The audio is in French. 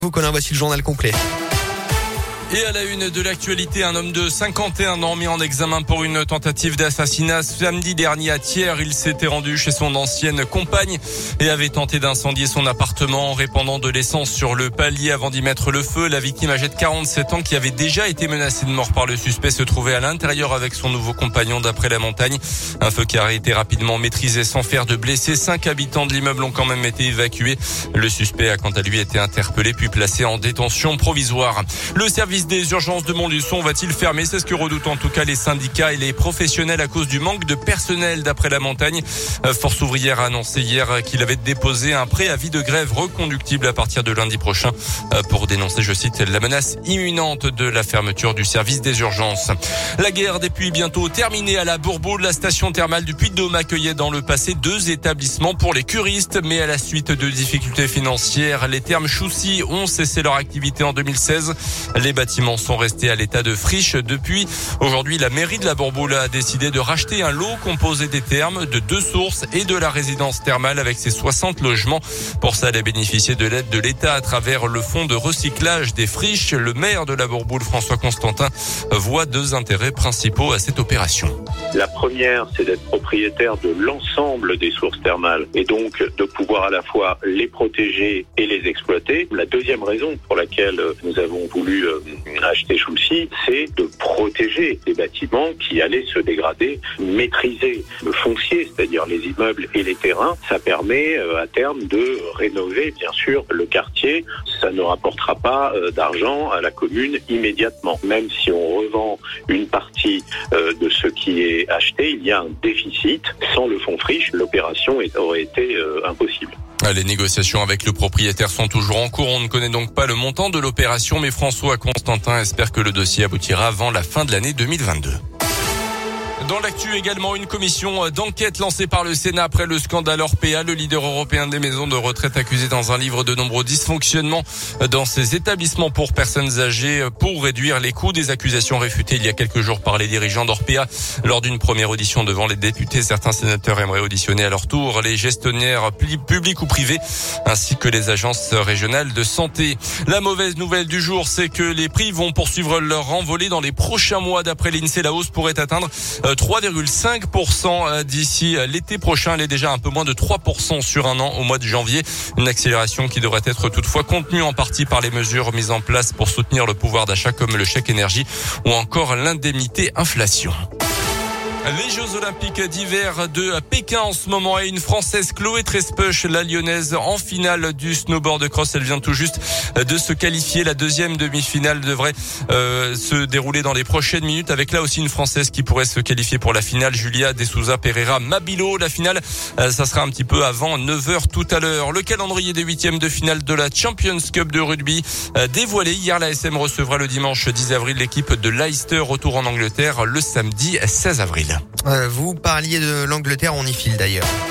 Colin, voici le journal complet. Et à la une de l'actualité, un homme de 51 ans mis en examen pour une tentative d'assassinat samedi dernier à Thiers. Il s'était rendu chez son ancienne compagne et avait tenté d'incendier son appartement en répandant de l'essence sur le palier avant d'y mettre le feu. La victime âgée de 47 ans qui avait déjà été menacée de mort par le suspect se trouvait à l'intérieur avec son nouveau compagnon d'après La Montagne. Un feu qui a été rapidement maîtrisé sans faire de blessés. 5 habitants de l'immeuble ont quand même été évacués. Le suspect a quant à lui été interpellé puis placé en détention provisoire. Le service des urgences de Montluçon va-t-il fermer? C'est ce que redoutent en tout cas les syndicats et les professionnels à cause du manque de personnel d'après La Montagne. Force ouvrière a annoncé hier qu'il avait déposé un préavis de grève reconductible à partir de lundi prochain pour dénoncer, je cite, la menace imminente de la fermeture du service des urgences. La guerre des puits bientôt terminée à la Bourboule. La station thermale du Puy-de-Dôme accueillait dans le passé 2 établissements pour les curistes, mais à la suite de difficultés financières, les thermes Choucy ont cessé leur activité en 2016. Les bâtiments sont restés à l'état de friche depuis. Aujourd'hui, la mairie de la Bourboule a décidé de racheter un lot composé des thermes, de 2 sources et de la résidence thermale avec ses 60 logements. Pour ça, elle a bénéficié de l'aide de l'État à travers le fonds de recyclage des friches. Le maire de la Bourboule, François Constantin, voit 2 intérêts principaux à cette opération. La première, c'est d'être propriétaire de l'ensemble des sources thermales et donc de pouvoir à la fois les protéger et les exploiter. La deuxième raison pour laquelle nous avons voulu acheter Choucy, c'est de protéger les bâtiments qui allaient se dégrader, maîtriser le foncier, c'est-à-dire les immeubles et les terrains. Ça permet à terme de rénover, bien sûr, le quartier. Ça ne rapportera pas d'argent à la commune immédiatement. Même si on revend une partie de ce qui est acheté, il y a un déficit. Sans le fonds friche, l'opération aurait été impossible. Les négociations avec le propriétaire sont toujours en cours. On ne connaît donc pas le montant de l'opération, mais François Constantin espère que le dossier aboutira avant la fin de l'année 2022. Dans l'actu également, une commission d'enquête lancée par le Sénat après le scandale Orpea, le leader européen des maisons de retraite accusé dans un livre de nombreux dysfonctionnements dans ces établissements pour personnes âgées pour réduire les coûts. Des accusations réfutées il y a quelques jours par les dirigeants d'Orpea. Lors d'une première audition devant les députés, certains sénateurs aimeraient auditionner à leur tour les gestionnaires publics ou privés ainsi que les agences régionales de santé. La mauvaise nouvelle du jour, c'est que les prix vont poursuivre leur envolée dans les prochains mois. D'après l'INSEE, la hausse pourrait atteindre 3,5% d'ici l'été prochain. Elle est déjà un peu moins de 3% sur un an au mois de janvier. Une accélération qui devrait être toutefois contenue en partie par les mesures mises en place pour soutenir le pouvoir d'achat comme le chèque énergie ou encore l'indemnité inflation. Les Jeux Olympiques d'hiver de Pékin en ce moment et une Française, Chloé Trespeuch, la Lyonnaise, en finale du snowboard cross. Elle vient tout juste de se qualifier. La deuxième demi-finale devrait se dérouler dans les prochaines minutes avec là aussi une Française qui pourrait se qualifier pour la finale, Julia De Souza Pereira Mabilo. La finale, ça sera un petit peu avant 9h tout à l'heure. Le calendrier des 8e de finale de la Champions Cup de rugby dévoilé. Hier, la SM recevra le dimanche 10 avril l'équipe de Leicester, retour en Angleterre le samedi 16 avril. Vous parliez de l'Angleterre, on y file d'ailleurs.